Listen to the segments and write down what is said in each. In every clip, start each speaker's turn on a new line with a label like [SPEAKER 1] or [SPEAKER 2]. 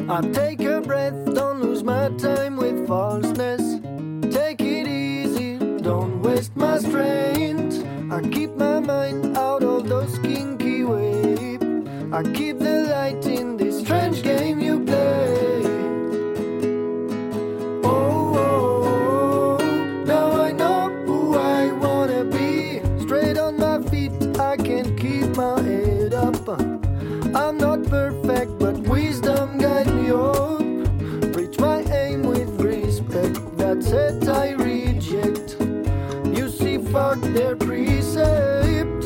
[SPEAKER 1] I take a breath, don't lose my time with falseness. Take it easy, don't waste my strength. I keep my mind out of those kinky ways. I keep the light in this strange game you play. Oh, oh, oh, now I know who I wanna be. Straight on my feet, I can keep my head up. I'm not perfect, but wisdom guide me up. Reach my aim with respect, that's it I reject. You see, fuck their precept.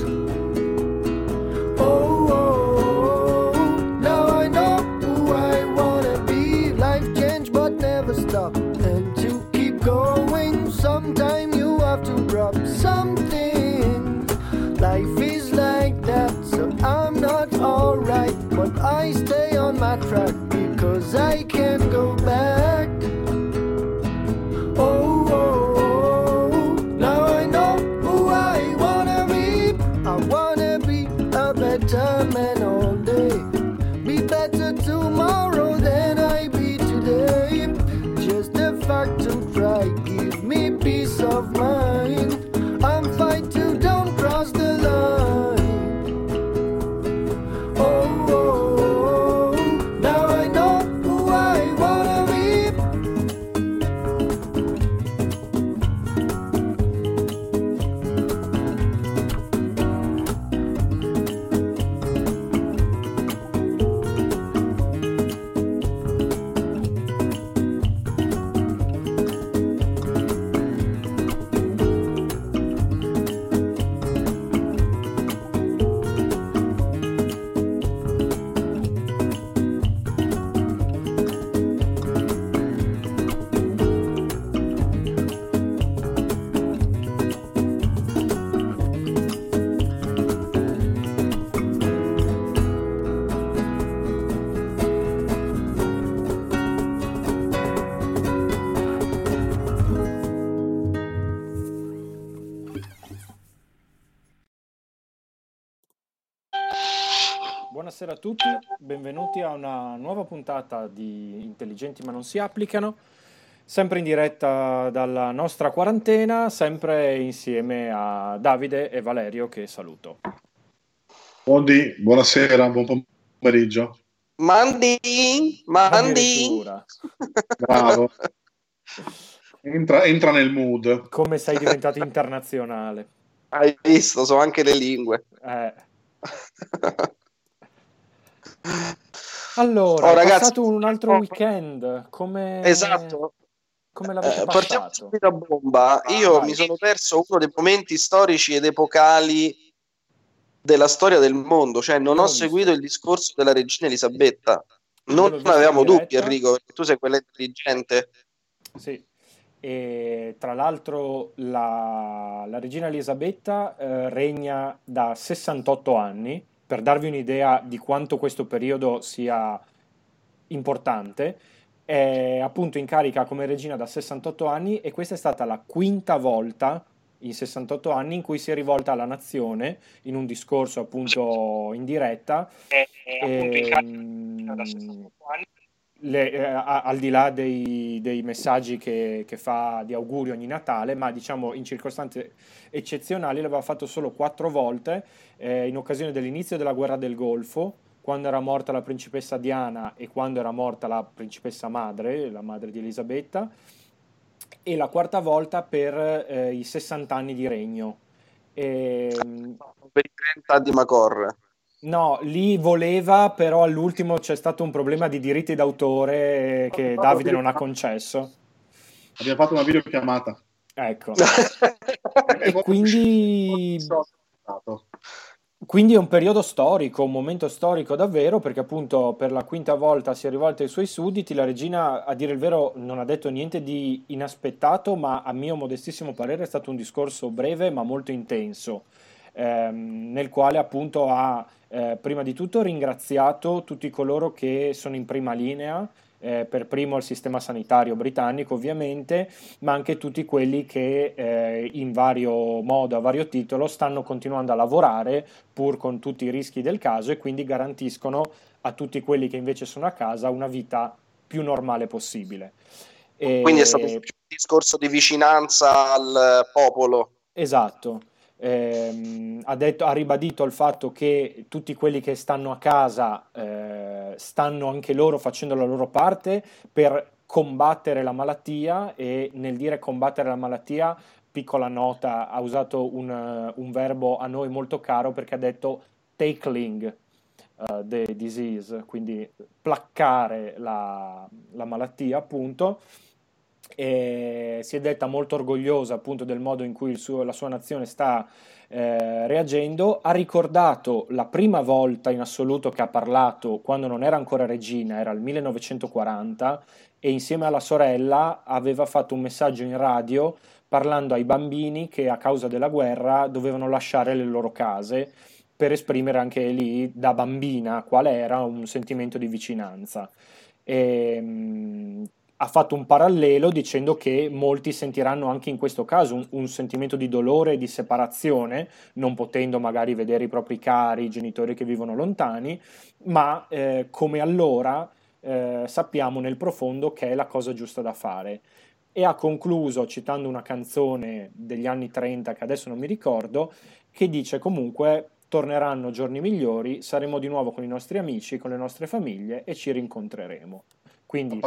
[SPEAKER 1] Oh, oh, oh, now I know who I wanna be. Life change but never stop. And to keep going, sometime you have to drop something. Life is like that, so I'm not alright, but I stay on my track because I can't go back. Oh, oh, oh, now I know who I wanna be. I wanna be a better man all day. Be better tomorrow than I be today. Just the fact to try, give me peace of mind. I'm fine to don't cross the line. Oh, oh, oh, now I know who I wanna be.
[SPEAKER 2] Buonasera a tutti, benvenuti a una nuova puntata di Intelligenti ma non si applicano, sempre in diretta dalla nostra quarantena, sempre insieme a Davide e Valerio che saluto.
[SPEAKER 3] Buonasera, buon pomeriggio.
[SPEAKER 4] Mandi.
[SPEAKER 2] Addirittura.
[SPEAKER 3] Bravo. Entra nel mood.
[SPEAKER 2] Come sei diventato internazionale.
[SPEAKER 4] Hai visto, so anche le lingue.
[SPEAKER 2] Allora,
[SPEAKER 4] Oh,
[SPEAKER 2] è
[SPEAKER 4] ragazzi,
[SPEAKER 2] passato un altro weekend, come
[SPEAKER 4] esatto.
[SPEAKER 2] l'avete
[SPEAKER 4] Partiamo
[SPEAKER 2] passato?
[SPEAKER 4] subito a bomba. Io
[SPEAKER 2] vai.
[SPEAKER 4] mi sono perso uno dei momenti storici ed epocali della storia del mondo, cioè non
[SPEAKER 2] Io
[SPEAKER 4] ho
[SPEAKER 2] l'ho
[SPEAKER 4] seguito
[SPEAKER 2] visto.
[SPEAKER 4] il discorso della regina Elisabetta.
[SPEAKER 2] Io
[SPEAKER 4] Non
[SPEAKER 2] l'ho visto
[SPEAKER 4] avevamo
[SPEAKER 2] in
[SPEAKER 4] dubbi,
[SPEAKER 2] diretta.
[SPEAKER 4] Enrico, perché tu sei quella intelligente.
[SPEAKER 2] Sì, e tra l'altro la regina Elisabetta regna da 68 anni, per darvi un'idea di quanto questo periodo sia importante. È appunto in carica come regina da 68 anni e questa è stata la quinta volta in 68 anni in cui si è rivolta alla nazione in un discorso appunto in diretta. Al di là dei messaggi che fa di auguri ogni Natale, ma diciamo in circostanze eccezionali l'aveva fatto solo 4 volte, in occasione dell'inizio della guerra del Golfo, quando era morta la principessa Diana e quando era morta la principessa madre, la madre di Elisabetta, e la quarta volta per i 60 anni di regno.
[SPEAKER 4] Per i 30 di Macorre.
[SPEAKER 2] No, lì voleva, però all'ultimo c'è stato un problema di diritti d'autore che Davide non ha concesso.
[SPEAKER 3] Abbiamo fatto una videochiamata.
[SPEAKER 2] Ecco. E quindi è un periodo storico, un momento storico davvero, perché appunto per la quinta volta si è rivolta ai suoi sudditi. La regina, a dire il vero, non ha detto niente di inaspettato, ma a mio modestissimo parere è stato un discorso breve ma molto intenso, nel quale appunto ha prima di tutto ringraziato tutti coloro che sono in prima linea, per primo il sistema sanitario britannico ovviamente, ma anche tutti quelli che in vario modo, a vario titolo, stanno continuando a lavorare pur con tutti i rischi del caso e quindi garantiscono a tutti quelli che invece sono a casa una vita più normale possibile.
[SPEAKER 4] Quindi è stato un discorso di vicinanza al popolo.
[SPEAKER 2] Esatto. Ha ribadito il fatto che tutti quelli che stanno a casa stanno anche loro facendo la loro parte per combattere la malattia, e nel dire combattere la malattia, piccola nota, ha usato un verbo a noi molto caro, perché ha detto tackling the disease, quindi placcare la malattia, appunto. E si è detta molto orgogliosa appunto del modo in cui la sua nazione sta reagendo. Ha ricordato la prima volta in assoluto che ha parlato quando non era ancora regina, era il 1940, e insieme alla sorella aveva fatto un messaggio in radio parlando ai bambini che a causa della guerra dovevano lasciare le loro case, per esprimere anche lì, da bambina, qual era un sentimento di vicinanza. E, ha fatto un parallelo dicendo che molti sentiranno anche in questo caso un sentimento di dolore e di separazione, non potendo magari vedere i propri cari, i genitori che vivono lontani, ma come allora sappiamo nel profondo che è la cosa giusta da fare. E ha concluso citando una canzone degli anni 30, che adesso non mi ricordo, che dice comunque: torneranno giorni migliori, saremo di nuovo con i nostri amici, con le nostre famiglie, e ci rincontreremo. Quindi,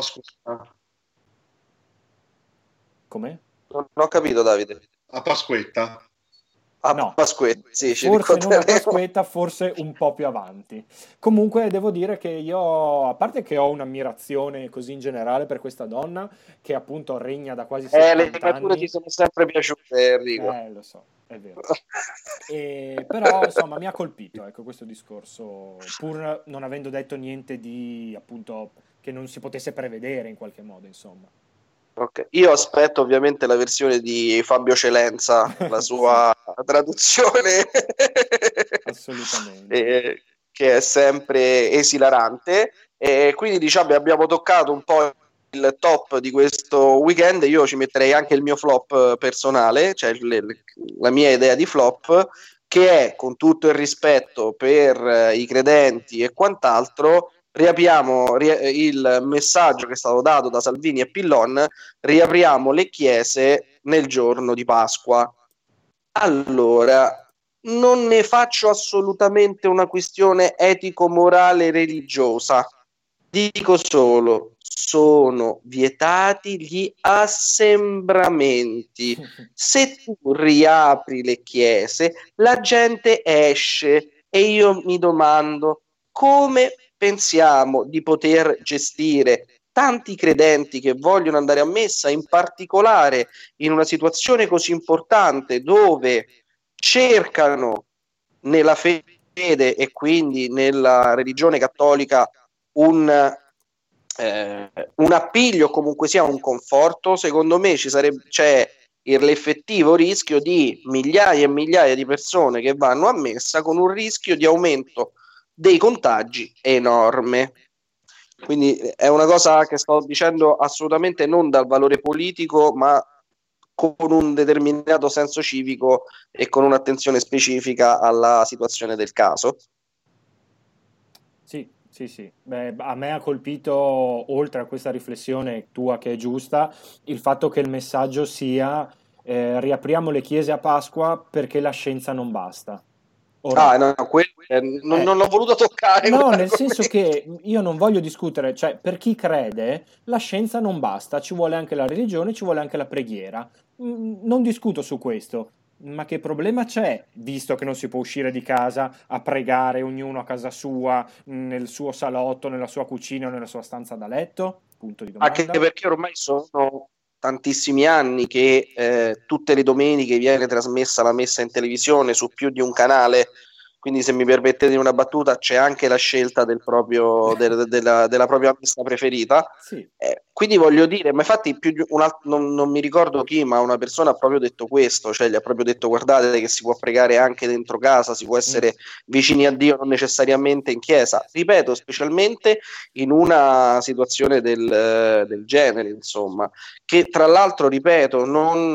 [SPEAKER 2] com'è?
[SPEAKER 4] Non ho capito, Davide.
[SPEAKER 3] A Pasquetta.
[SPEAKER 2] No,
[SPEAKER 4] Pasquetta, sì,
[SPEAKER 2] forse non a Pasquetta, forse un po' più avanti. Comunque devo dire che io, a parte che ho un'ammirazione così in generale per questa donna, che appunto regna da quasi 70
[SPEAKER 4] le creature
[SPEAKER 2] anni.
[SPEAKER 4] ti sono sempre piaciute, Enrico.
[SPEAKER 2] Lo so, è vero. Però insomma mi ha colpito, ecco, questo discorso, pur non avendo detto niente di, appunto, che non si potesse prevedere in qualche modo, insomma.
[SPEAKER 4] Okay. Io aspetto ovviamente la versione di Fabio Celenza, la sua traduzione,
[SPEAKER 2] assolutamente,
[SPEAKER 4] che è sempre esilarante. E quindi diciamo abbiamo toccato un po' il top di questo weekend. Io ci metterei anche il mio flop personale, cioè la mia idea di flop, che è, con tutto il rispetto per i credenti e quant'altro, riapriamo il messaggio che è stato dato da Salvini e Pillon: riapriamo le chiese nel giorno di Pasqua. Allora, non ne faccio assolutamente una questione etico-morale religiosa, dico solo: sono vietati gli assembramenti. Se tu riapri le chiese, la gente esce, e io mi domando come pensiamo di poter gestire tanti credenti che vogliono andare a messa, in particolare in una situazione così importante, dove cercano nella fede e quindi nella religione cattolica un appiglio, comunque sia un conforto. Secondo me c'è l'effettivo rischio di migliaia e migliaia di persone che vanno a messa, con un rischio di aumento dei contagi enorme. Quindi è una cosa che sto dicendo assolutamente non dal valore politico, ma con un determinato senso civico e con un'attenzione specifica alla situazione del caso.
[SPEAKER 2] Sì. Beh, a me ha colpito, oltre a questa riflessione tua che è giusta, il fatto che il messaggio sia riapriamo le chiese a Pasqua perché la scienza non basta. Ora,
[SPEAKER 4] non l'ho voluto toccare.
[SPEAKER 2] No, nel senso che io non voglio discutere, cioè per chi crede la scienza non basta, ci vuole anche la religione, ci vuole anche la preghiera. Non discuto su questo, ma che problema c'è, visto che non si può uscire di casa a pregare ognuno a casa sua, nel suo salotto, nella sua cucina o nella sua stanza da letto? Punto di domanda.
[SPEAKER 4] Anche perché ormai sono tantissimi anni che tutte le domeniche viene trasmessa la messa in televisione su più di un canale, quindi, se mi permettete una battuta, c'è anche la scelta della propria messa preferita.
[SPEAKER 2] Sì.
[SPEAKER 4] Quindi voglio dire, ma infatti non mi ricordo chi, ma una persona ha proprio detto questo, cioè gli ha proprio detto: guardate che si può pregare anche dentro casa, si può essere vicini a Dio, non necessariamente in chiesa. Ripeto, specialmente in una situazione del genere, insomma, che tra l'altro, ripeto, non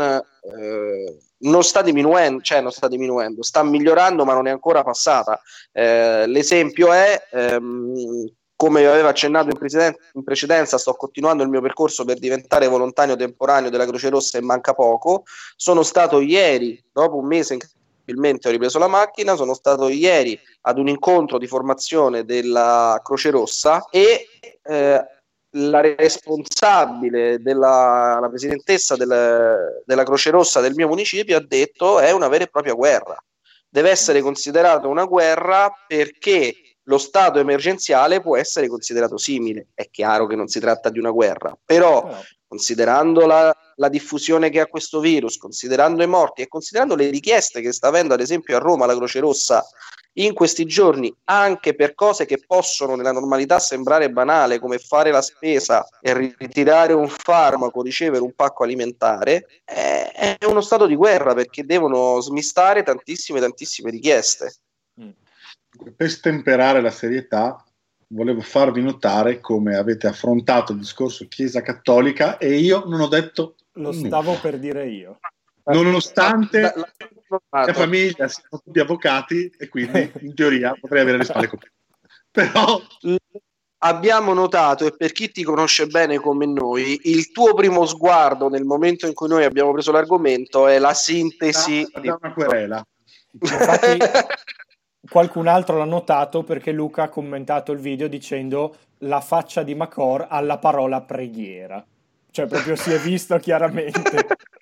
[SPEAKER 4] non sta diminuendo, sta migliorando, ma non è ancora passata. L'esempio è, come aveva accennato in precedenza, sto continuando il mio percorso per diventare volontario temporaneo della Croce Rossa e manca poco. Sono stato ieri, dopo un mese incredibilmente ho ripreso la macchina, sono stato ieri ad un incontro di formazione della Croce Rossa e la responsabile la presidentessa della Croce Rossa del mio municipio ha detto è una vera e propria guerra, deve essere considerata una guerra perché lo stato emergenziale può essere considerato simile. È chiaro che non si tratta di una guerra, però considerando la diffusione che ha questo virus, considerando i morti e considerando le richieste che sta avendo ad esempio a Roma la Croce Rossa in questi giorni, anche per cose che possono nella normalità sembrare banale, come fare la spesa e ritirare un farmaco, ricevere un pacco alimentare, è uno stato di guerra, perché devono smistare tantissime richieste.
[SPEAKER 3] Per stemperare la serietà, volevo farvi notare come avete affrontato il discorso Chiesa Cattolica e io non ho detto
[SPEAKER 2] lo stavo per dire io.
[SPEAKER 3] Nonostante la famiglia siano tutti avvocati e quindi in teoria potrei avere le spalle coperte. Però
[SPEAKER 4] abbiamo notato, e per chi ti conosce bene come noi, il tuo primo sguardo nel momento in cui noi abbiamo preso l'argomento è la sintesi
[SPEAKER 3] di una querela.
[SPEAKER 2] Infatti qualcun altro l'ha notato perché Luca ha commentato il video dicendo la faccia di Macor alla parola preghiera, cioè proprio si è visto chiaramente.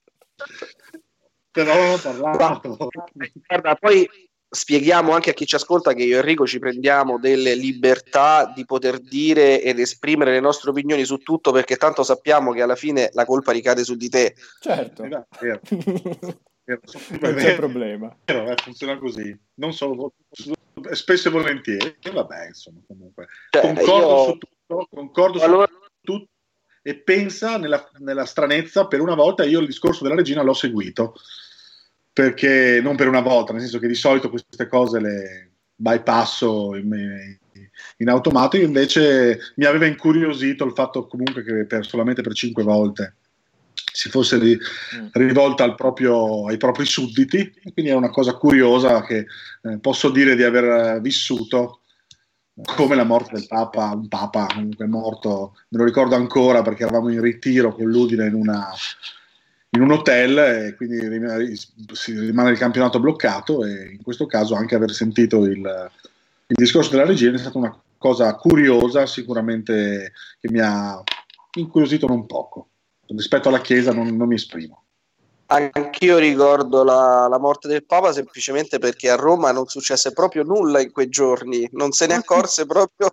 [SPEAKER 3] Però non ho parlato.
[SPEAKER 4] Guarda, poi spieghiamo anche a chi ci ascolta che io e Enrico ci prendiamo delle libertà di poter dire ed esprimere le nostre opinioni su tutto, perché tanto sappiamo che alla fine la colpa ricade su di te.
[SPEAKER 2] Certo.
[SPEAKER 3] Vero.
[SPEAKER 2] Non c'è problema.
[SPEAKER 3] Funziona così. Non solo, spesso e volentieri. Vabbè, insomma, comunque.
[SPEAKER 4] Cioè,
[SPEAKER 3] concordo su tutto. E pensa nella stranezza, per una volta io il discorso della regina l'ho seguito, perché non per una volta, nel senso che di solito queste cose le bypasso in automatico, invece mi aveva incuriosito il fatto comunque che solamente per 5 volte si fosse rivolta ai propri sudditi, e quindi è una cosa curiosa che posso dire di aver vissuto, come la morte del Papa, un Papa comunque morto, me lo ricordo ancora perché eravamo in ritiro con l'Udine in un hotel e quindi rimane il campionato bloccato, e in questo caso anche aver sentito il discorso della regina è stata una cosa curiosa, sicuramente, che mi ha incuriosito non poco. Rispetto alla Chiesa non mi esprimo.
[SPEAKER 4] Anch'io ricordo la morte del Papa semplicemente perché a Roma non successe proprio nulla in quei giorni, non se ne accorse proprio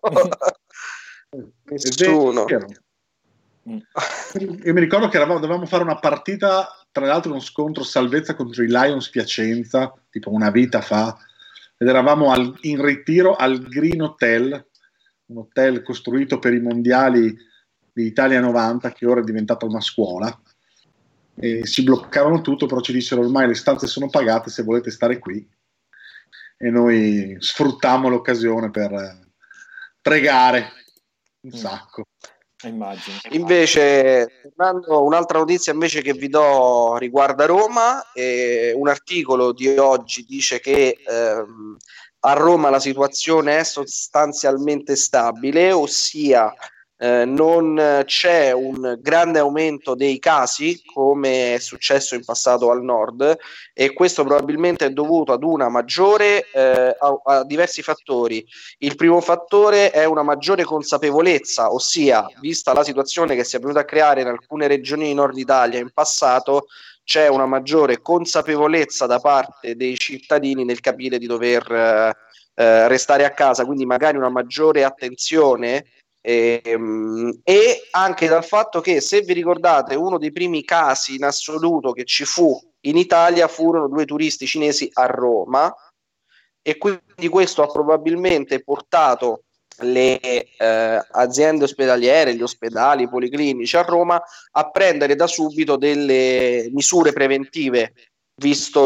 [SPEAKER 4] nessuno.
[SPEAKER 3] Io mi ricordo che dovevamo fare una partita, tra l'altro uno scontro salvezza contro i Lions Piacenza, tipo una vita fa, ed eravamo in ritiro al Green Hotel, un hotel costruito per i mondiali di Italia 90, che ora è diventata una scuola, e si bloccarono tutto, però ci dissero ormai le stanze sono pagate se volete stare qui, e noi sfruttammo l'occasione per pregare un sacco.
[SPEAKER 2] Immagino.
[SPEAKER 4] Invece, un'altra notizia invece che vi do riguarda Roma, un articolo di oggi dice che a Roma la situazione è sostanzialmente stabile, ossia non c'è un grande aumento dei casi come è successo in passato al nord, e questo probabilmente è dovuto ad una maggiore a diversi fattori. Il primo fattore è una maggiore consapevolezza, ossia, vista la situazione che si è venuta a creare in alcune regioni di Nord Italia in passato, c'è una maggiore consapevolezza da parte dei cittadini nel capire di dover restare a casa, quindi magari una maggiore attenzione. E anche dal fatto che, se vi ricordate, uno dei primi casi in assoluto che ci fu in Italia furono 2 turisti cinesi a Roma, e quindi questo ha probabilmente portato le aziende ospedaliere, gli ospedali, i policlinici a Roma a prendere da subito delle misure preventive, visto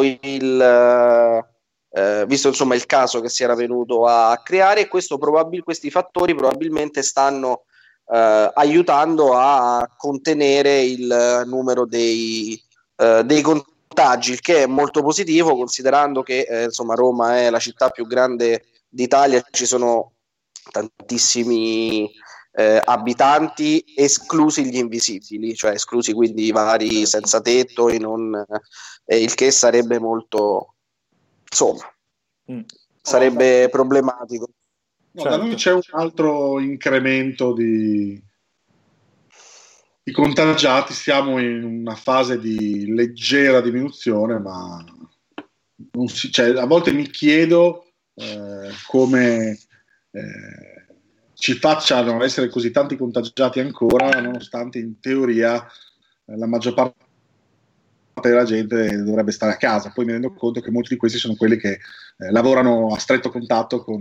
[SPEAKER 4] insomma il caso che si era venuto a creare, e questi fattori probabilmente stanno aiutando a contenere il numero dei contagi, il che è molto positivo considerando che insomma Roma è la città più grande d'Italia, ci sono tantissimi abitanti, esclusi gli invisibili, cioè esclusi quindi i vari senza tetto, il che sarebbe molto, insomma, sarebbe problematico.
[SPEAKER 3] No, certo. Da noi c'è un altro incremento di contagiati, siamo in una fase di leggera diminuzione, ma a volte mi chiedo come ci facciano essere così tanti contagiati ancora, nonostante in teoria la maggior parte della gente dovrebbe stare a casa. Poi mi rendo conto che molti di questi sono quelli che lavorano a stretto contatto con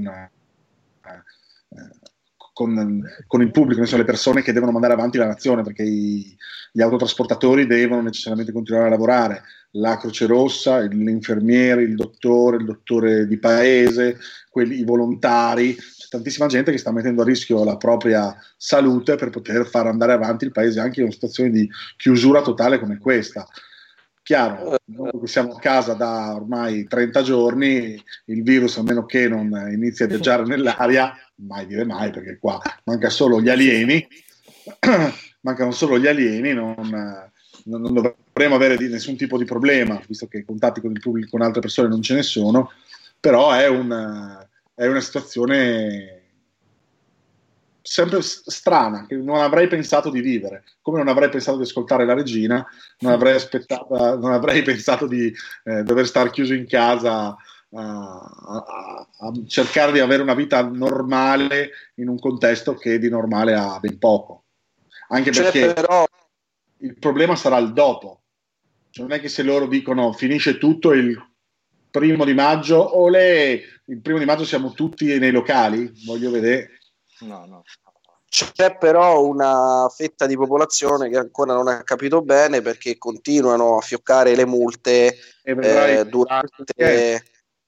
[SPEAKER 3] il pubblico, sono le persone che devono mandare avanti la nazione, perché gli autotrasportatori devono necessariamente continuare a lavorare, la Croce Rossa, l'infermiere, il dottore di paese, i volontari, c'è tantissima gente che sta mettendo a rischio la propria salute per poter far andare avanti il paese anche in una situazione di chiusura totale come questa. Chiaro, noi che siamo a casa da ormai 30 giorni, il virus, a meno che non inizi a viaggiare nell'aria, mai dire mai, perché qua mancano solo gli alieni, non dovremo avere nessun tipo di problema, visto che contatti con il pubblico, con altre persone non ce ne sono, però è una situazione sempre strana, che non avrei pensato di vivere, come non avrei pensato di ascoltare la regina, non avrei pensato di dover stare chiuso in casa a cercare di avere una vita normale in un contesto che di normale ha ben poco, anche perché il problema sarà il dopo, cioè, non è che se loro dicono finisce tutto il 1° maggio, olè, il 1° maggio siamo tutti nei locali, voglio vedere.
[SPEAKER 4] No. C'è però una fetta di popolazione che ancora non ha capito bene, perché continuano a fioccare le multe durante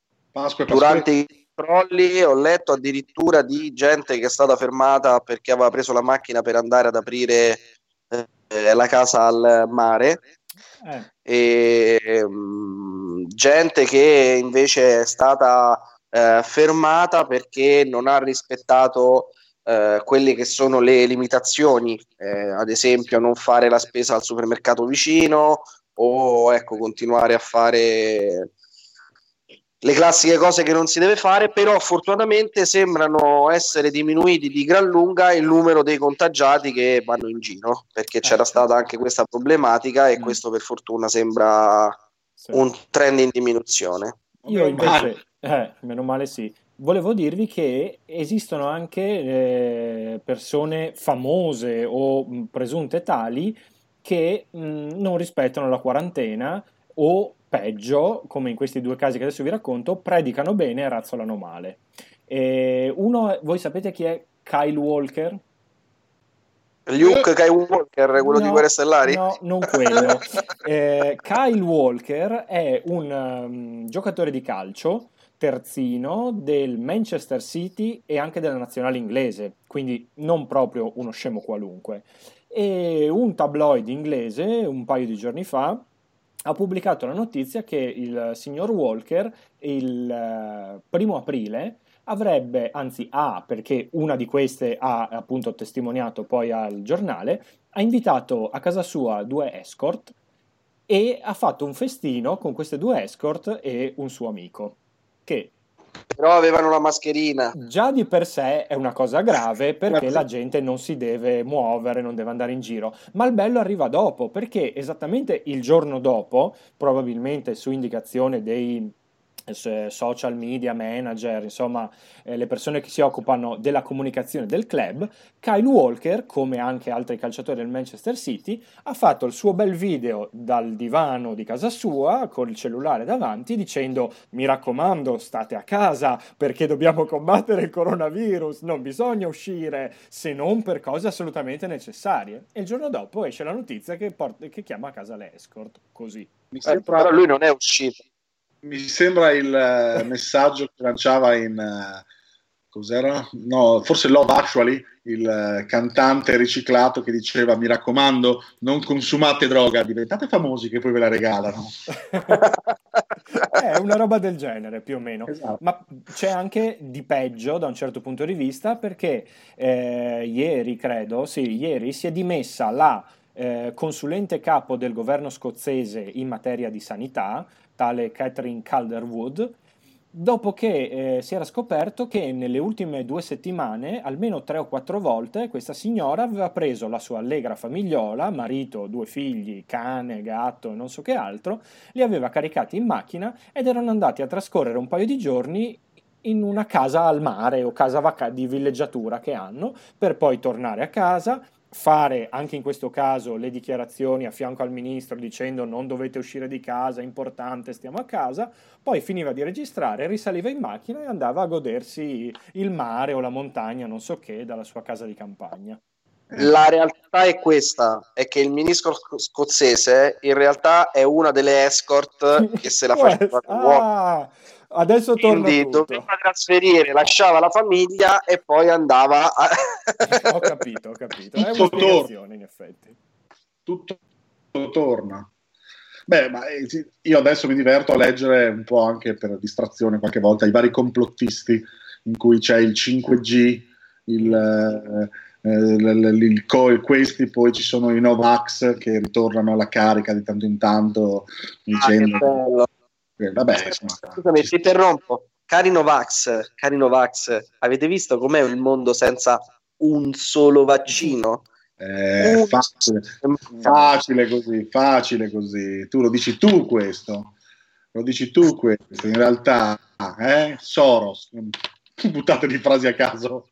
[SPEAKER 4] i crolli. Ho letto addirittura di gente che è stata fermata perché aveva preso la macchina per andare ad aprire la casa al mare, e gente che invece è stata fermata perché non ha rispettato quelle che sono le limitazioni, ad esempio non fare la spesa al supermercato vicino, o continuare a fare le classiche cose che non si deve fare. Però fortunatamente sembrano essere diminuiti di gran lunga il numero dei contagiati che vanno in giro, perché c'era stata anche questa problematica, e questo per fortuna sembra un trend in diminuzione.
[SPEAKER 2] Io invece, meno male sì, volevo dirvi che esistono anche persone famose o presunte tali che non rispettano la quarantena, o peggio, come in questi 2 casi che adesso vi racconto, predicano bene e razzolano male. Voi sapete chi è Kyle Walker?
[SPEAKER 4] Luke Skywalker, quello di Guerre Stellari?
[SPEAKER 2] No, non quello. Kyle Walker è un giocatore di calcio terzino del Manchester City e anche della nazionale inglese, quindi non proprio uno scemo qualunque. E un tabloid inglese un paio di giorni fa ha pubblicato la notizia che il signor Walker il 1° aprile avrebbe, anzi perché una di queste ha appunto testimoniato poi al giornale, ha invitato a casa sua 2 escort e ha fatto un festino con queste 2 escort e un suo amico, che
[SPEAKER 4] però avevano la mascherina.
[SPEAKER 2] Già di per sé è una cosa grave, perché la gente non si deve muovere, non deve andare in giro, ma il bello arriva dopo, perché esattamente il giorno dopo, probabilmente su indicazione dei social media manager, insomma le persone che si occupano della comunicazione del club, Kyle Walker, come anche altri calciatori del Manchester City, ha fatto il suo bel video dal divano di casa sua col cellulare davanti dicendo: mi raccomando, state a casa perché dobbiamo combattere il coronavirus, non bisogna uscire se non per cose assolutamente necessarie. E il giorno dopo esce la notizia che chiama a casa le escort, così.
[SPEAKER 4] Però lui non è uscito.
[SPEAKER 3] Mi sembra il messaggio che lanciava cos'era? No, forse Love Actually, il cantante riciclato che diceva: mi raccomando, non consumate droga, diventate famosi che poi ve la regalano.
[SPEAKER 2] È una roba del genere, più o meno.
[SPEAKER 3] Esatto.
[SPEAKER 2] Ma c'è anche di peggio da un certo punto di vista, perché ieri si è dimessa la consulente capo del governo scozzese in materia di sanità, tale Catherine Calderwood, dopo che si era scoperto che nelle ultime 2 settimane, almeno 3 o 4 volte, questa signora aveva preso la sua allegra famigliola, marito, 2 figli, cane, gatto e non so che altro, li aveva caricati in macchina ed erano andati a trascorrere un paio di giorni in una casa al mare o casa di villeggiatura che hanno, per poi tornare a casa, fare anche in questo caso le dichiarazioni a fianco al ministro dicendo non dovete uscire di casa, è importante, stiamo a casa, poi finiva di registrare, risaliva in macchina e andava a godersi il mare o la montagna, non so che, dalla sua casa di campagna.
[SPEAKER 4] La realtà è questa, è che il ministro scozzese in realtà è una delle escort che se la faceva
[SPEAKER 2] adesso torna
[SPEAKER 4] quindi
[SPEAKER 2] tutto.
[SPEAKER 4] doveva trasferire, lasciava la famiglia e poi andava a...
[SPEAKER 2] Ho capito. È una spiegazione, in effetti.
[SPEAKER 3] Tutto torna. Beh, ma io adesso mi diverto a leggere un po' anche per distrazione qualche volta i vari complottisti in cui c'è il 5G, questi, poi ci sono i Novax che ritornano alla carica di tanto in tanto dicendo vabbè, insomma,
[SPEAKER 4] scusami, ti interrompo. Cari Novax, avete visto com'è il mondo senza un solo vaccino?
[SPEAKER 3] Facile così. Tu lo dici tu questo. In realtà, Soros, buttate di frasi a caso.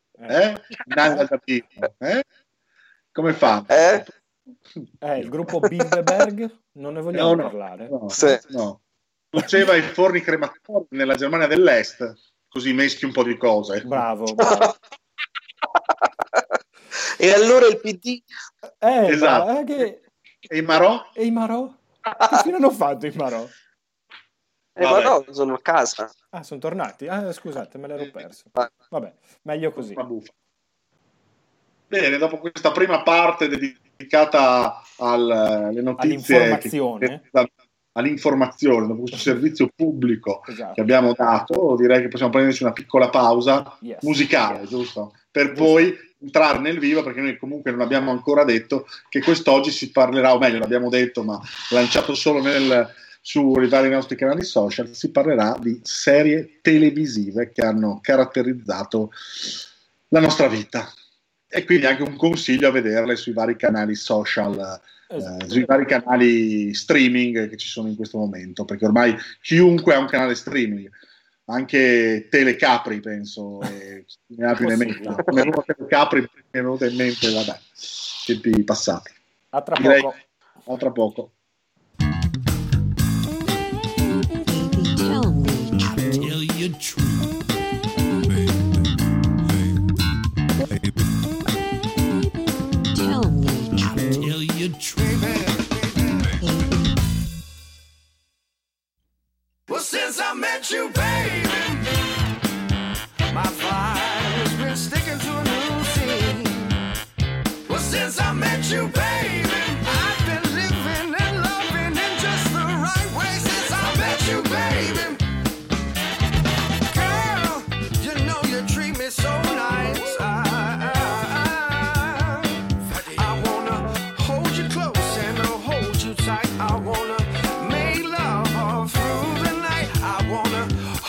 [SPEAKER 3] Come fa?
[SPEAKER 2] Il gruppo Bilderberg, non ne vogliamo parlare.
[SPEAKER 3] No. Produceva i forni crematori nella Germania dell'Est, così meschi un po' di cose.
[SPEAKER 2] Bravo.
[SPEAKER 4] E allora il PD?
[SPEAKER 3] Esatto. E i Marò?
[SPEAKER 2] Che fine hanno fatto i Marò?
[SPEAKER 4] Marò sono a casa.
[SPEAKER 2] Ah, sono tornati? Scusate, me l'ero perso. Vabbè, meglio così.
[SPEAKER 3] Bene, dopo questa prima parte dedicata alle notizie, all'informazione, dopo questo servizio pubblico che abbiamo dato, direi che possiamo prenderci una piccola pausa musicale, giusto? Per poi entrare nel vivo, perché noi comunque non abbiamo ancora detto che quest'oggi si parlerà, o meglio l'abbiamo detto ma lanciato solo sui vari nostri canali social, si parlerà di serie televisive che hanno caratterizzato la nostra vita. E quindi anche un consiglio a vederle sui vari canali social, sui vari canali streaming che ci sono in questo momento, perché ormai chiunque ha un canale streaming, anche Telecapri penso, ne ha più ne metta. Come Telecapri mi è venuto in mente, vabbè, tempi passati.
[SPEAKER 2] A tra
[SPEAKER 3] poco.
[SPEAKER 5] Tell you true. Tell you true.
[SPEAKER 1] Well, since I met you, baby, my fire's been sticking to a new scene. Well, since I met you, baby, I've been living and loving in just the right way. Since I met you, baby, girl, you know you treat me so nice. I wanna hold you close and hold you tight. I wanna make love all through the night. I wanna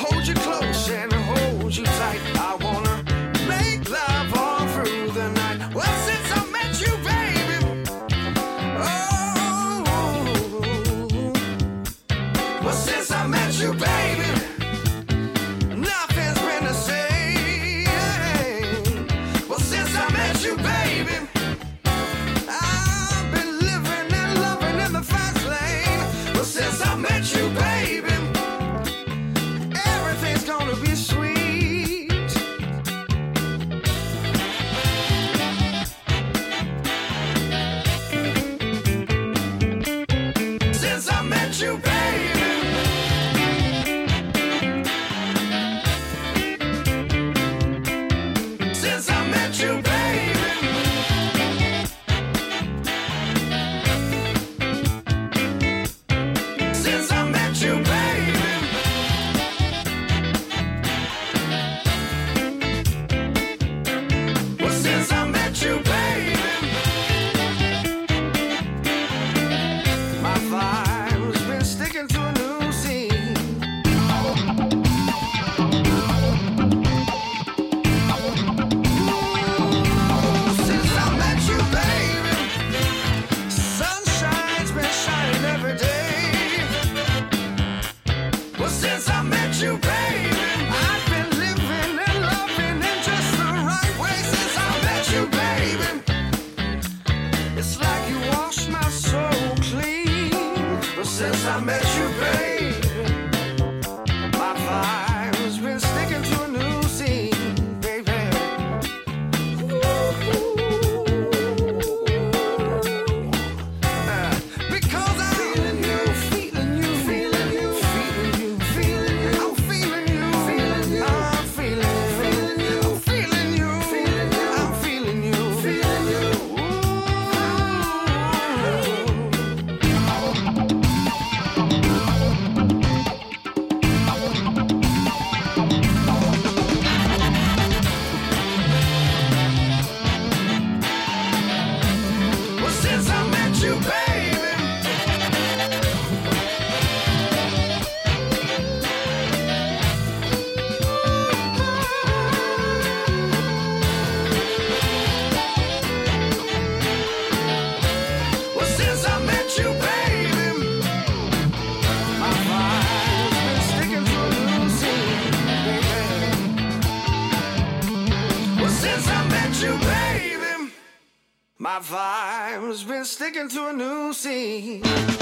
[SPEAKER 1] high five's been sticking to a new scene.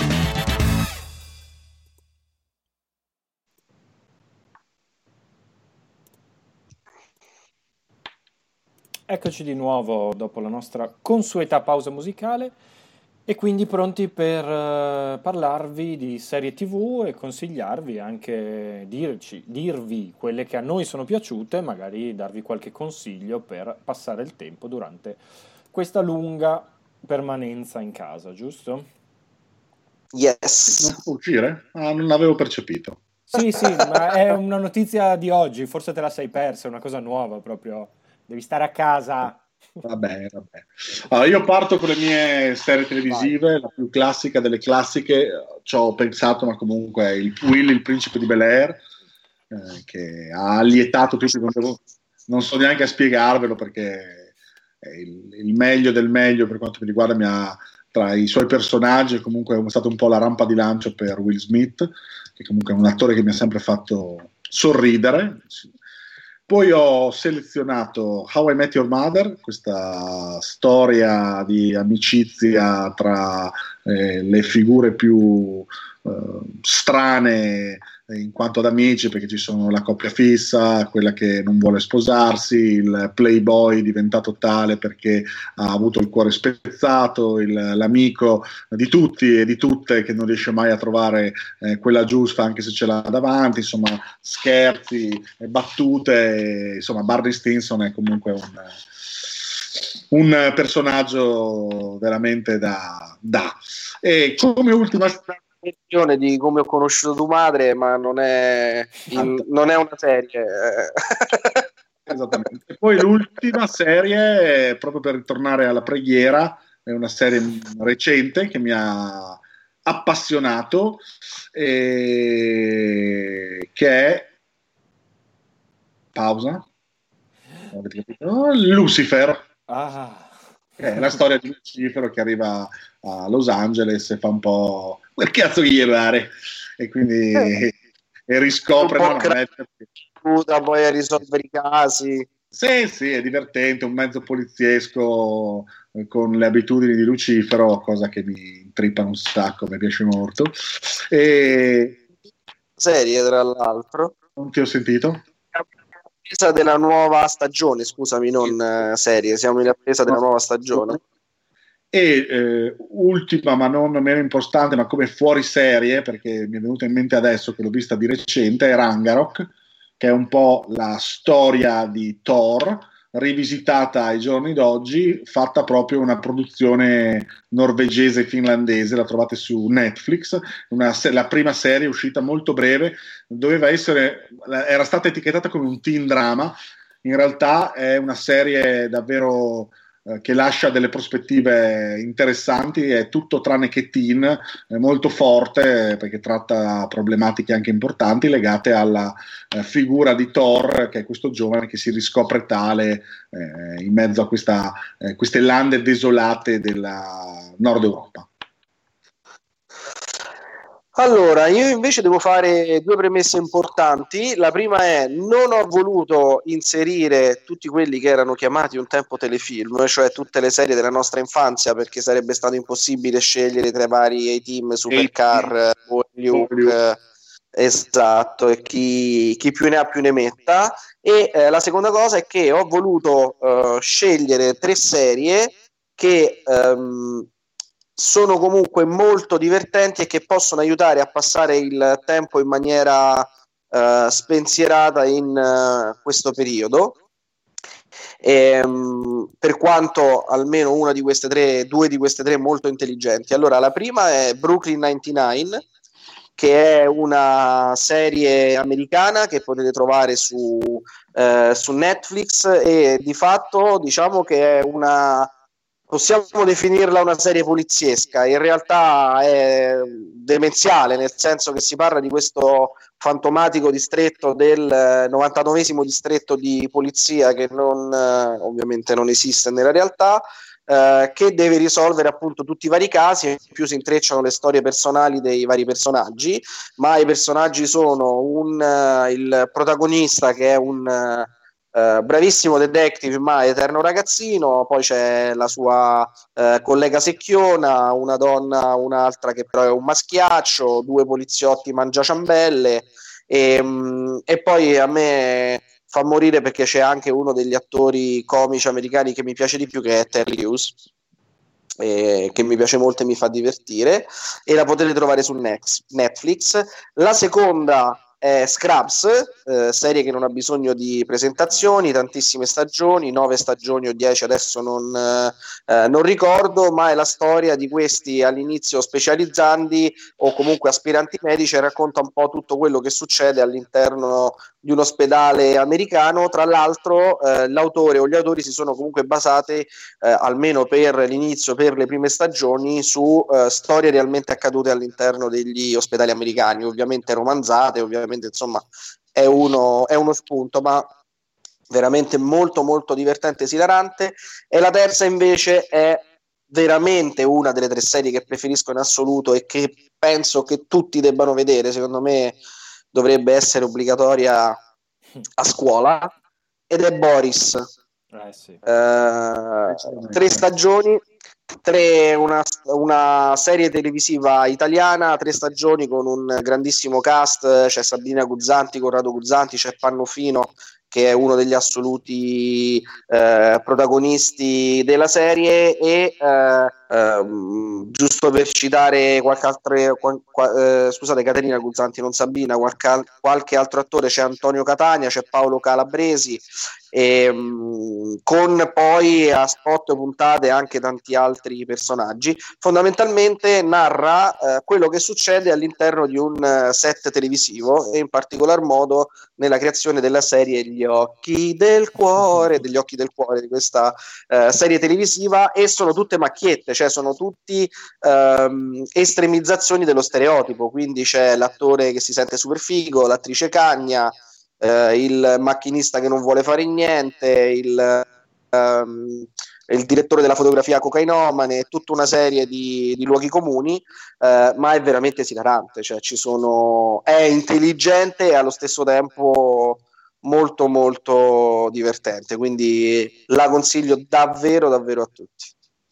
[SPEAKER 2] Eccoci di nuovo dopo la nostra consueta pausa musicale e quindi pronti per parlarvi di serie TV e consigliarvi anche dirvi quelle che a noi sono piaciute, magari darvi qualche consiglio per passare il tempo durante questa lunga permanenza in casa, giusto?
[SPEAKER 4] Yes.
[SPEAKER 3] Non può uscire? Ah, non l'avevo percepito.
[SPEAKER 2] Sì, ma è una notizia di oggi, forse te la sei persa, è una cosa nuova proprio. Devi stare a casa.
[SPEAKER 3] Vabbè. Allora, io parto con le mie serie televisive. Vai. La più classica delle classiche, ci ho pensato, ma comunque il principe di Bel-Air, che ha allietato tutti. Non so neanche a spiegarvelo, perché è il meglio del meglio per quanto mi riguarda. Tra i suoi personaggi comunque è stato un po' la rampa di lancio per Will Smith, che comunque è un attore che mi ha sempre fatto sorridere. Poi ho selezionato How I Met Your Mother, questa storia di amicizia tra le figure più strane in quanto ad amici, perché ci sono la coppia fissa, quella che non vuole sposarsi, il playboy diventato tale perché ha avuto il cuore spezzato, l'amico di tutti e di tutte che non riesce mai a trovare quella giusta anche se ce l'ha davanti, insomma scherzi, battute, insomma Barney Stinson è comunque un personaggio veramente da. E come ultima
[SPEAKER 4] di Come ho conosciuto tua madre, ma non è una serie.
[SPEAKER 3] Esattamente. E poi l'ultima serie, proprio per ritornare alla preghiera, è una serie recente che mi ha appassionato, che è pausa. Avete capito? Lucifer. È la storia di Lucifero che arriva a Los Angeles e fa un po' quel cazzo che gli pare, e quindi e riscopre
[SPEAKER 4] poi a risolvere i casi.
[SPEAKER 3] Sì, è divertente, un mezzo poliziesco con le abitudini di Lucifero, cosa che mi intrippano un sacco, mi piace molto. E
[SPEAKER 4] serie, tra l'altro.
[SPEAKER 3] Non ti ho sentito?
[SPEAKER 4] Attesa della nuova stagione, scusami, non serie, siamo in attesa della nuova stagione.
[SPEAKER 3] E ultima ma non meno importante, ma come fuori serie, perché mi è venuta in mente adesso che l'ho vista di recente, è Ragnarok, che è un po' la storia di Thor rivisitata ai giorni d'oggi, fatta proprio una produzione norvegese e finlandese. La trovate su Netflix, la prima serie uscita molto breve, era stata etichettata come un teen drama, in realtà è una serie davvero che lascia delle prospettive interessanti, è tutto tranne che teen, è molto forte perché tratta problematiche anche importanti legate alla figura di Thor, che è questo giovane che si riscopre tale in mezzo a queste lande desolate della Nord Europa.
[SPEAKER 4] Allora, io invece devo fare due premesse importanti. La prima è: non ho voluto inserire tutti quelli che erano chiamati un tempo telefilm, cioè tutte le serie della nostra infanzia, perché sarebbe stato impossibile scegliere tra i vari A-Team, Supercar, Luke, esatto, e chi più ne ha più ne metta. E la seconda cosa è che ho voluto scegliere 3 serie che sono comunque molto divertenti e che possono aiutare a passare il tempo in maniera spensierata in questo periodo. Per quanto almeno due di queste tre molto intelligenti. Allora, la prima è Brooklyn 99, che è una serie americana che potete trovare su Netflix, e di fatto diciamo che è possiamo definirla una serie poliziesca. In realtà è demenziale, nel senso che si parla di questo fantomatico distretto del 99esimo distretto di polizia, che ovviamente non esiste nella realtà, che deve risolvere appunto tutti i vari casi. In più si intrecciano le storie personali dei vari personaggi, ma i personaggi sono il protagonista, che è un bravissimo detective ma eterno ragazzino, poi c'è la sua collega secchiona, una donna, un'altra che però è un maschiaccio, due poliziotti mangiaciambelle e poi a me fa morire perché c'è anche uno degli attori comici americani che mi piace di più, che è Terry Crews, che mi piace molto e mi fa divertire, e la potete trovare su Netflix. La seconda è Scrubs, serie che non ha bisogno di presentazioni, tantissime stagioni, 9 stagioni o 10 adesso non ricordo, ma è la storia di questi all'inizio specializzandi o comunque aspiranti medici, e racconta un po' tutto quello che succede all'interno di un ospedale americano. Tra l'altro l'autore o gli autori si sono comunque basati almeno per l'inizio, per le prime stagioni, su storie realmente accadute all'interno degli ospedali americani, ovviamente romanzate, ovviamente insomma è uno spunto, ma veramente molto molto divertente e esilarante. E la terza invece è veramente una delle 3 serie che preferisco in assoluto e che penso che tutti debbano vedere, secondo me dovrebbe essere obbligatoria a scuola, ed è Boris.
[SPEAKER 2] Sì.
[SPEAKER 4] 3 stagioni, una serie televisiva italiana, 3 stagioni con un grandissimo cast, c'è Sabrina Guzzanti, Corrado Guzzanti, c'è Pannofino che è uno degli assoluti protagonisti della serie, e giusto per citare qualche altro, scusate, Caterina Guzzanti, non Sabina, qualche altro attore, c'è Antonio Catania, c'è Paolo Calabresi, con poi a spot puntate anche tanti altri personaggi. Fondamentalmente narra quello che succede all'interno di un set televisivo, e in particolar modo nella creazione della serie degli occhi del cuore di questa serie televisiva, e sono tutte macchiette, cioè sono tutti estremizzazioni dello stereotipo, quindi c'è l'attore che si sente super figo, l'attrice cagna, il macchinista che non vuole fare niente, il direttore della fotografia cocainomane, tutta una serie di luoghi comuni, ma è veramente esilarante, cioè è intelligente e allo stesso tempo molto molto divertente, quindi la consiglio davvero davvero a tutti.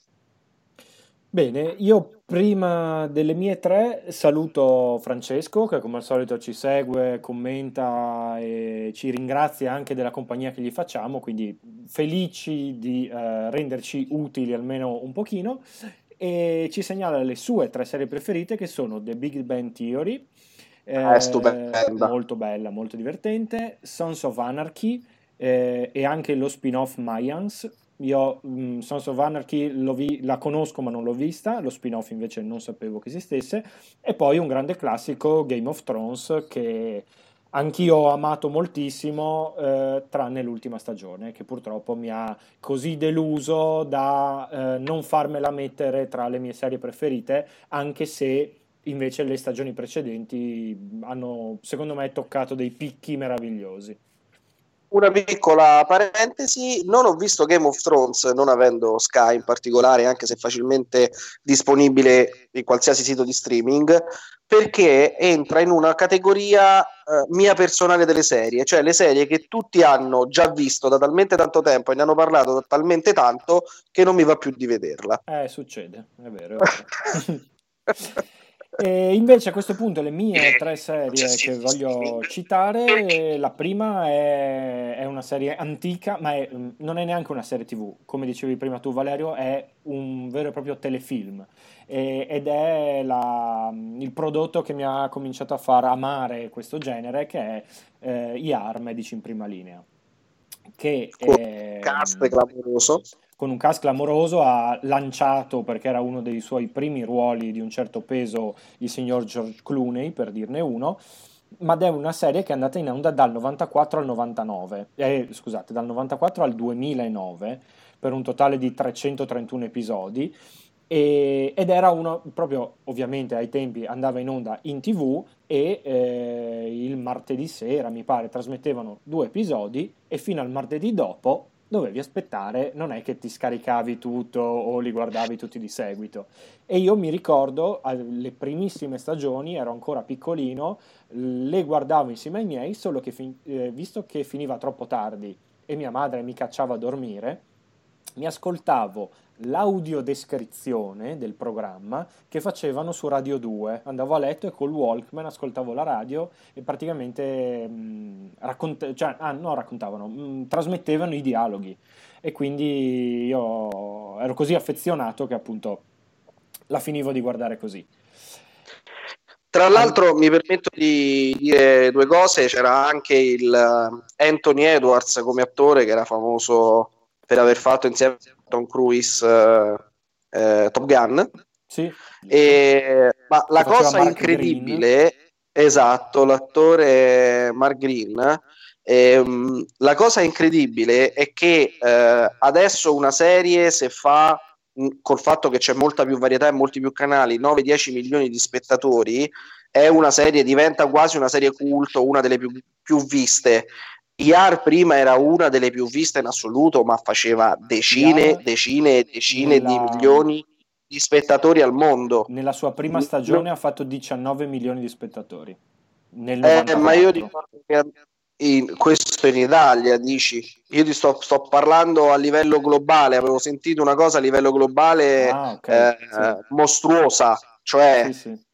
[SPEAKER 2] Bene, io prima delle mie 3 saluto Francesco che come al solito ci segue, commenta e ci ringrazia anche della compagnia che gli facciamo, quindi felici di renderci utili almeno un pochino, e ci segnala le sue 3 serie preferite, che sono The Big Bang Theory,
[SPEAKER 4] Stupenda.
[SPEAKER 2] molto bella, molto divertente, Sons of Anarchy, e anche lo spin-off Mayans. Io Sons of Anarchy la conosco ma non l'ho vista, lo spin-off invece non sapevo che esistesse, e poi un grande classico, Game of Thrones, che anch'io ho amato moltissimo, tranne l'ultima stagione, che purtroppo mi ha così deluso da non farmela mettere tra le mie serie preferite, anche se invece le stagioni precedenti hanno, secondo me, toccato dei picchi meravigliosi.
[SPEAKER 4] Una piccola parentesi, non ho visto Game of Thrones, non avendo Sky in particolare, anche se facilmente disponibile in qualsiasi sito di streaming, perché entra in una categoria mia personale delle serie, cioè le serie che tutti hanno già visto da talmente tanto tempo e ne hanno parlato da talmente tanto che non mi va più di vederla.
[SPEAKER 2] Succede, è vero, è vero. E invece a questo punto le mie 3 serie che voglio citare, la prima è una serie antica, ma non è neanche una serie TV, come dicevi prima tu Valerio, è un vero e proprio telefilm, ed è il prodotto che mi ha cominciato a far amare questo genere, che è IAR, Medici in Prima Linea, che
[SPEAKER 4] cast clamoroso.
[SPEAKER 2] Con un cast clamoroso ha lanciato, perché era uno dei suoi primi ruoli di un certo peso, il signor George Clooney, per dirne uno, ma è una serie che è andata in onda dal 94 al 99, scusate, dal 94 al 2009, per un totale di 331 episodi, ed era uno, proprio ovviamente ai tempi andava in onda in TV, e il martedì sera, mi pare, trasmettevano 2 episodi, e fino al martedì dopo dovevi aspettare, non è che ti scaricavi tutto o li guardavi tutti di seguito. E io mi ricordo, alle primissime stagioni, ero ancora piccolino, le guardavo insieme ai miei, solo che visto che finiva troppo tardi e mia madre mi cacciava a dormire, mi ascoltavo l'audiodescrizione del programma che facevano su Radio 2. Andavo a letto e col Walkman ascoltavo la radio e praticamente no, raccontavano, trasmettevano i dialoghi. E quindi io ero così affezionato che appunto la finivo di guardare così.
[SPEAKER 4] Tra l'altro mi permetto di dire due cose, c'era anche il Anthony Edwards come attore che era famoso per aver fatto insieme a Tom Cruise Top Gun.
[SPEAKER 2] Sì.
[SPEAKER 4] Ma la cosa incredibile, esatto, l'attore Mark Green, la cosa incredibile è che adesso una serie, se fa col fatto che c'è molta più varietà e molti più canali, 9-10 milioni di spettatori, è una serie, diventa quasi una serie culto, una delle più viste. ER prima era una delle più viste in assoluto, ma faceva decine di milioni di spettatori al mondo.
[SPEAKER 2] Nella sua prima stagione ha fatto 19 milioni di spettatori nel 94.
[SPEAKER 4] Ma io ricordo che questo in Italia, dici? Io ti sto parlando a livello globale, avevo sentito una cosa a livello globale mostruosa, cioè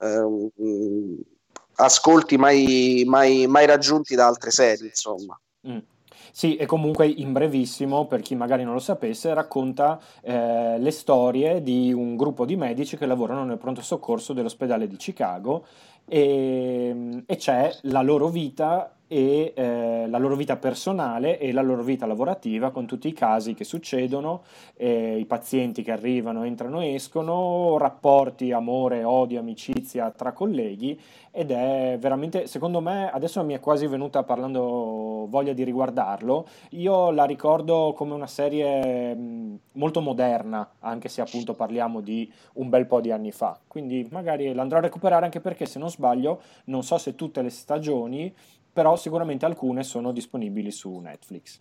[SPEAKER 4] ascolti mai raggiunti da altre serie, insomma.
[SPEAKER 2] Sì, e comunque in brevissimo, per chi magari non lo sapesse, racconta le storie di un gruppo di medici che lavorano nel pronto soccorso dell'ospedale di Chicago e c'è la loro vita e la loro vita personale e la loro vita lavorativa con tutti i casi che succedono, i pazienti che arrivano, entrano e escono, rapporti, amore, odio, amicizia tra colleghi ed è veramente, secondo me, adesso mi è quasi venuta parlando voglia di riguardarlo. Io la ricordo come una serie molto moderna, anche se appunto parliamo di un bel po' di anni fa, quindi magari l'andrò a recuperare anche perché se non sbaglio, non so se tutte le stagioni, però sicuramente alcune sono disponibili su Netflix.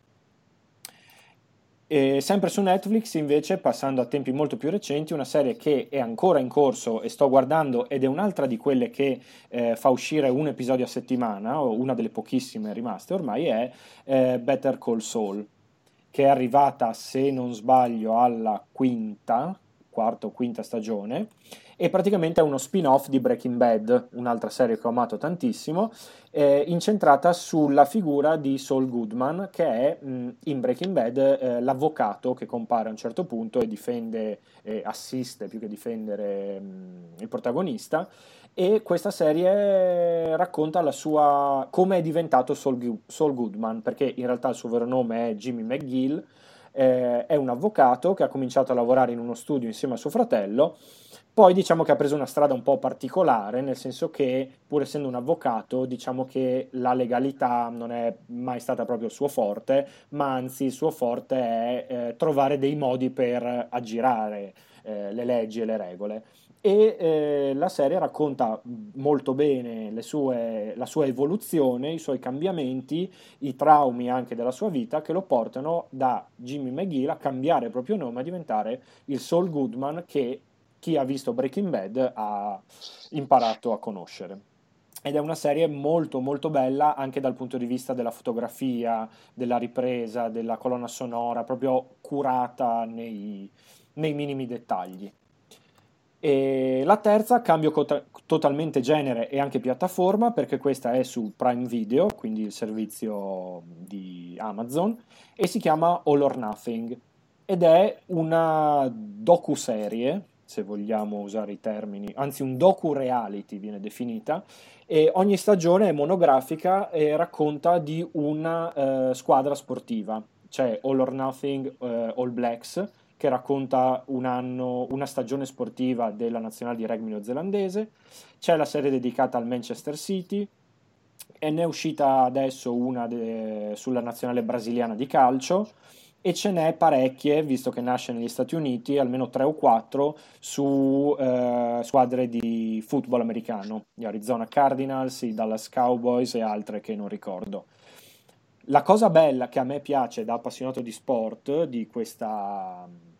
[SPEAKER 2] E sempre su Netflix invece, passando a tempi molto più recenti, una serie che è ancora in corso e sto guardando ed è un'altra di quelle che fa uscire un episodio a settimana, o una delle pochissime rimaste ormai, è Better Call Saul, che è arrivata, se non sbaglio, alla quarta o quinta stagione, e praticamente è uno spin-off di Breaking Bad, un'altra serie che ho amato tantissimo, incentrata sulla figura di Saul Goodman, che è in Breaking Bad l'avvocato che compare a un certo punto e difende, assiste più che difendere il protagonista, e questa serie racconta come è diventato Saul Goodman, perché in realtà il suo vero nome è Jimmy McGill, è un avvocato che ha cominciato a lavorare in uno studio insieme a suo fratello, poi diciamo che ha preso una strada un po' particolare, nel senso che pur essendo un avvocato diciamo che la legalità non è mai stata proprio il suo forte, ma anzi il suo forte è trovare dei modi per aggirare le leggi e le regole. E la serie racconta molto bene la sua evoluzione, i suoi cambiamenti, i traumi anche della sua vita che lo portano da Jimmy McGill a cambiare il proprio nome, a diventare il Saul Goodman che chi ha visto Breaking Bad ha imparato a conoscere. Ed è una serie molto molto bella anche dal punto di vista della fotografia, della ripresa, della colonna sonora, proprio curata nei minimi dettagli. E la terza cambio totalmente genere e anche piattaforma, perché questa è su Prime Video, quindi il servizio di Amazon, e si chiama All or Nothing ed è una docuserie, se vogliamo usare i termini, anzi un docu-reality viene definita, e ogni stagione è monografica e racconta di una squadra sportiva. C'è All or Nothing All Blacks, che racconta una stagione sportiva della nazionale di rugby neozelandese, c'è la serie dedicata al Manchester City, e ne è uscita adesso una sulla nazionale brasiliana di calcio, e ce n'è parecchie, visto che nasce negli Stati Uniti, almeno 3 o 4 su squadre di football americano, gli Arizona Cardinals, i Dallas Cowboys e altre che non ricordo. La cosa bella che a me piace da appassionato di sport di questa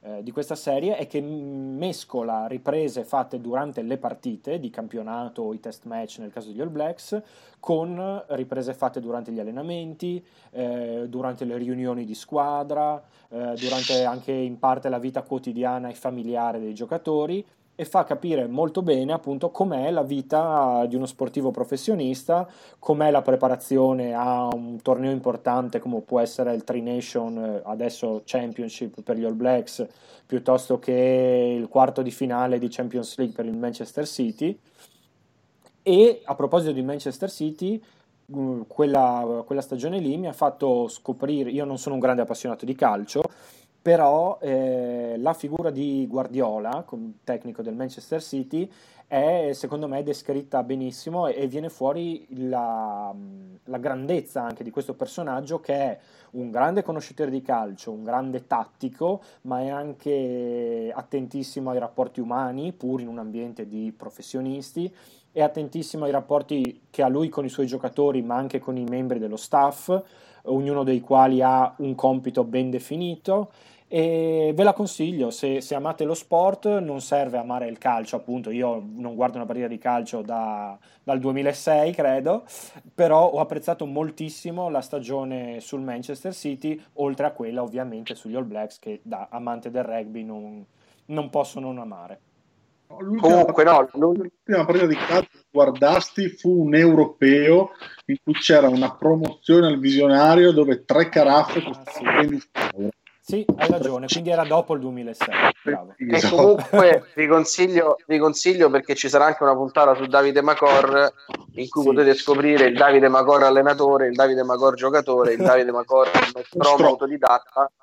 [SPEAKER 2] di questa serie è che mescola riprese fatte durante le partite di campionato o i test match nel caso degli All Blacks con riprese fatte durante gli allenamenti, durante le riunioni di squadra, durante anche in parte la vita quotidiana e familiare dei giocatori, e fa capire molto bene appunto com'è la vita di uno sportivo professionista, com'è la preparazione a un torneo importante come può essere il Tri Nation, adesso Championship per gli All Blacks, piuttosto che il quarto di finale di Champions League per il Manchester City. E a proposito di Manchester City, quella stagione lì mi ha fatto scoprire, io non sono un grande appassionato di calcio, però la figura di Guardiola, tecnico del Manchester City, è secondo me descritta benissimo e viene fuori la grandezza anche di questo personaggio, che è un grande conoscitore di calcio, un grande tattico, ma è anche attentissimo ai rapporti umani, pur in un ambiente di professionisti, è attentissimo ai rapporti che ha lui con i suoi giocatori, ma anche con i membri dello staff, ognuno dei quali ha un compito ben definito. E ve la consiglio, se amate lo sport. Non serve amare il calcio, appunto, io non guardo una partita di calcio dal 2006 credo, però ho apprezzato moltissimo la stagione sul Manchester City, oltre a quella ovviamente sugli All Blacks, che da amante del rugby non posso non amare.
[SPEAKER 4] Comunque no,
[SPEAKER 3] l'ultima partita di calcio che guardasti fu un europeo in cui c'era una promozione al visionario dove 3 caraffe costavano 15 euro.
[SPEAKER 2] Sì, hai ragione, quindi era dopo il 2006. Bravo.
[SPEAKER 4] E comunque vi consiglio perché ci sarà anche una puntata su Davide Macor in cui potete scoprire il Davide Macor allenatore, il Davide Macor giocatore, il Davide Macor metronomo autodidatta,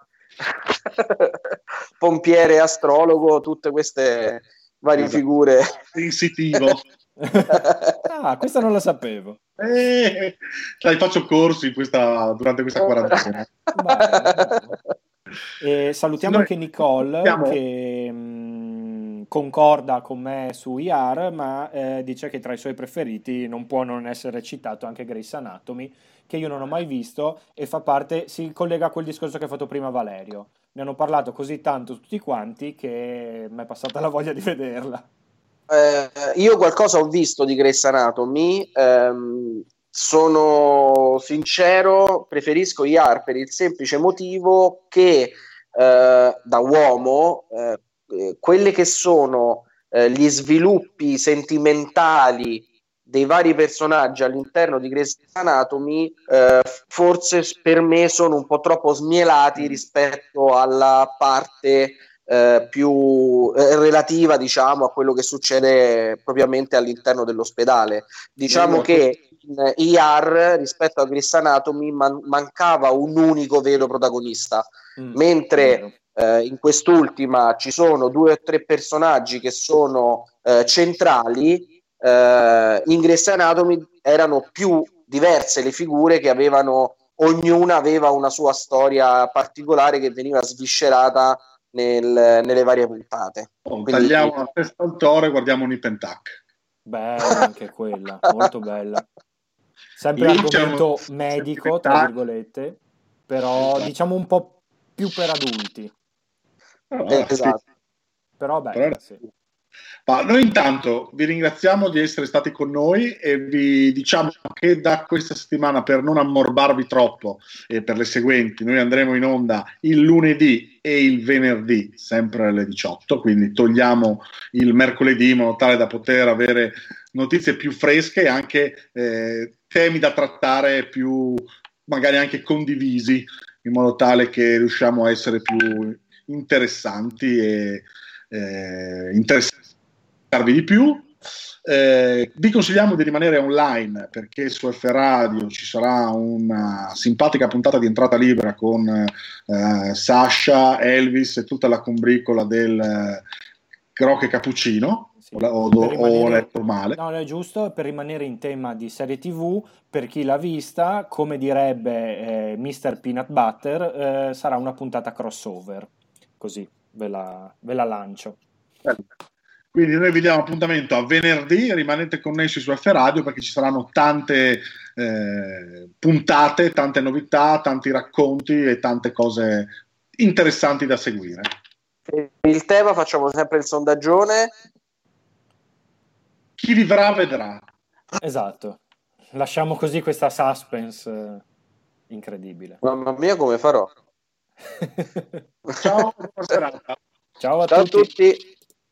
[SPEAKER 4] pompiere, astrologo, tutte queste varie figure.
[SPEAKER 3] Sensitivo.
[SPEAKER 2] Questa non la sapevo.
[SPEAKER 3] Faccio corsi durante questa quarantena.
[SPEAKER 2] E salutiamo anche Nicole che concorda con me su IR, ma dice che tra i suoi preferiti non può non essere citato anche Grey's Anatomy, che io non ho mai visto e fa parte, si collega a quel discorso che ha fatto prima Valerio. Ne hanno parlato così tanto tutti quanti che mi è passata la voglia di vederla.
[SPEAKER 4] Io qualcosa ho visto di Grey's Anatomy, sono sincero, preferisco IAR per il semplice motivo che da uomo quelle che sono gli sviluppi sentimentali dei vari personaggi all'interno di Grey's Anatomy forse per me sono un po' troppo smielati rispetto alla parte più relativa, diciamo, a quello che succede propriamente all'interno dell'ospedale. Diciamo che in ER rispetto a Grey's Anatomy mancava un unico vero protagonista, mentre in quest'ultima ci sono 2 o 3 personaggi che sono centrali. In Grey's Anatomy erano più diverse le figure che ognuna aveva una sua storia particolare che veniva sviscerata nelle varie puntate.
[SPEAKER 3] Quindi tagliamo la testa al toro e guardiamo Nip and Tuck.
[SPEAKER 2] Bella anche quella, molto bella. Sempre argomento medico, tra virgolette, però diciamo un po' più per adulti.
[SPEAKER 4] Esatto.
[SPEAKER 2] Però bella, sì.
[SPEAKER 3] Ma noi intanto vi ringraziamo di essere stati con noi e vi diciamo che da questa settimana, per non ammorbarvi troppo e per le seguenti, noi andremo in onda il lunedì e il venerdì sempre alle 18, quindi togliamo il mercoledì in modo tale da poter avere notizie più fresche e anche temi da trattare più magari anche condivisi, in modo tale che riusciamo a essere più interessanti e interessarvi di più. Vi consigliamo di rimanere online perché su F Radio ci sarà una simpatica puntata di entrata libera con Sasha, Elvis e tutta la combricola del Croce Cappuccino. Sì, o letto male.
[SPEAKER 2] No, è giusto, per rimanere in tema di serie TV, per chi l'ha vista, come direbbe Mr. Peanut Butter, sarà una puntata crossover, così ve la lancio.
[SPEAKER 3] Quindi noi vi diamo appuntamento a venerdì, rimanete connessi su F Radio perché ci saranno tante puntate, tante novità, tanti racconti e tante cose interessanti da seguire.
[SPEAKER 4] Per il tema facciamo sempre il sondaggione.
[SPEAKER 3] Chi vivrà vedrà.
[SPEAKER 2] Esatto. Lasciamo così questa suspense incredibile.
[SPEAKER 4] Mamma mia, come farò.
[SPEAKER 3] Ciao, buona serata.
[SPEAKER 2] Ciao a
[SPEAKER 4] Ciao a tutti.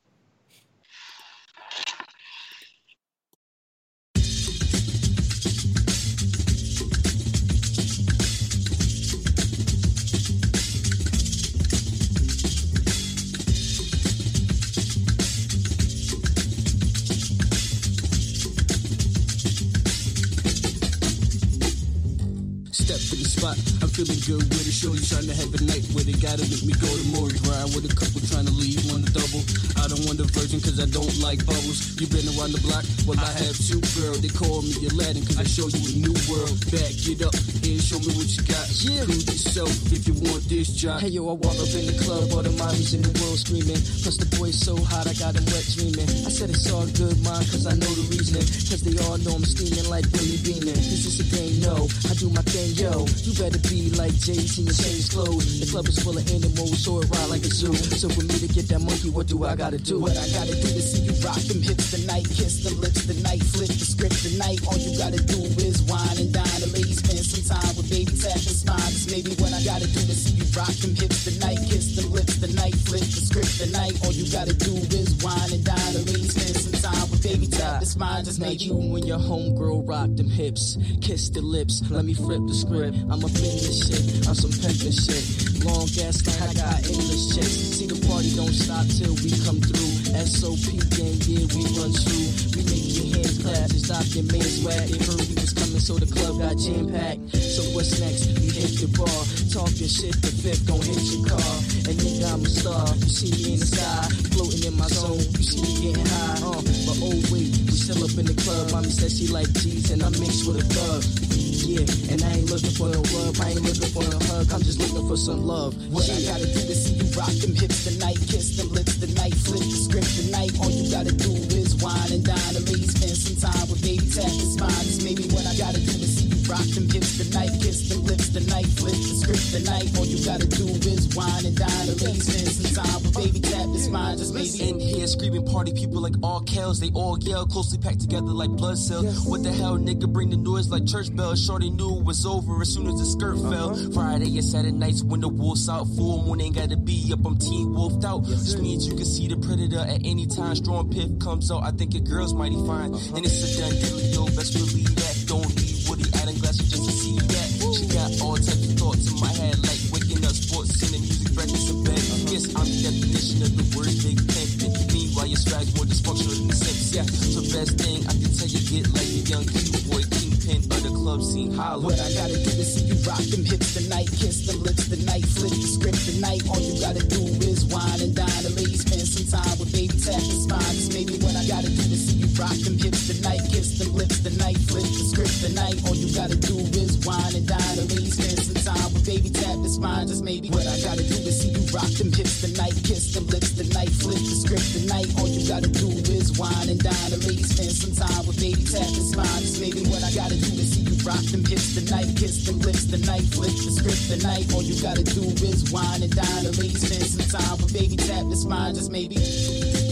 [SPEAKER 5] I'm feeling good with it. Shorty trying to have a night with it. Gotta make me go to Maury grind with a couple trying to leave on the double. I don't want a virgin cause I don't like bubbles. You been around the block? Well, I have two, girl. They call me Aladdin cause I show you a new world. Back it up and show me what you got. Prove yourself if you want this job.
[SPEAKER 6] Hey yo, I walk up in the club, all the mommies in the world screaming. Plus the boy's so hot, I got them wet dreaming. I said it's all good, mom, cause I know the reasoning. Cause they all know I'm steaming like Billy Beamin'. Is this a game? No, I do my thing, yo. You better be like Jay-Z and change clothes. The club is full of animals, so it ride like a zoo. So for me to get that monkey, what do I gotta do?
[SPEAKER 7] What I gotta do to see you rock them hips tonight, kiss the lips tonight, flip the script tonight. All you gotta do is wine and dine. The ladies spend some time with baby tap and smile. That's maybe what I gotta do to see you rock them hips tonight, kiss the lips tonight, flip the script tonight. All you gotta do is wine and dine. The ladies spend some time with baby tap and smile. Just
[SPEAKER 6] Now
[SPEAKER 7] maybe.
[SPEAKER 6] you and your homegirl rock them hips, kiss the lips, let me flip the script. I'm up in this shit, I'm some pimpin' shit. Long ass line, I got endless chicks. See the party don't stop till we come through. SOP gang, yeah, we run through. We make your hands clap and stop your man swag. They heard we was coming, so the club got jam-packed. So what's next? We hit the bar, talking shit, the fifth gon' hit your car. And nigga, I'm a star, you see me in the sky, floating in my zone, you see me getting high. But oh wait, we still up in the club. Mommy said she like G's and I mixed with a thug. Yeah, and I ain't looking for no rub, I ain't looking for no hug, I'm just looking for some love.
[SPEAKER 7] What I gotta do to see you rock them hips tonight, kiss them lips tonight, flip the script tonight. All you gotta do is wine and dine. The ladies spend some time with baby tap and smile. That's maybe what I gotta do to see you rock them hips tonight, kiss them lips tonight, flip the script tonight. All you gotta do is wine and dine. The ladies spend some time with baby tap and smile. Just maybe.
[SPEAKER 5] In here screaming party people like all cows. They all yell, closely packed together like blood cells. What the hell, nigga, bring the noise like church bells. Shorty knew it was over as soon as the skirt fell. Friday and Saturday nights when the wolf's out. Full moon ain't gotta be up, I'm teen wolfed out. Which means you can see the predator at any time. Strong piff comes out, I think your girl's mighty fine. And it's a done dealio, best believe that. Don't need Woody Allen glasses just to see that. She got all types of thoughts in my head, like waking up, sports, and music, breakfast in bed. Yes, I'm the definition of the word big pimpin'. Meanwhile, your swag's more dysfunctional than the Sims. Yeah, so best thing I can tell you, get like a young cute boy, kingpin of the club scene. Holla.
[SPEAKER 7] What I gotta do to see you rock them hips tonight, kiss them lips tonight, flip the script tonight. All you gotta do is wine and dine. The ladies spend some time with baby tap and smile. That's maybe what I gotta do to see you rock them hips tonight, kiss them lips tonight, flip the script tonight. All you gotta do is wine and dine. The ladies spend some time with baby tap and smile. Just maybe what I gotta do to see you rock them hips tonight, kiss them lips tonight, flip the script tonight. All you gotta do is wine and dine. The ladies spend some time with baby tap and smile. Just maybe what I gotta do to see you rock them hips tonight, kiss them lips tonight, flip the script tonight. All you gotta do is wine and dine. The ladies spend some time with baby tap and smile. Just maybe.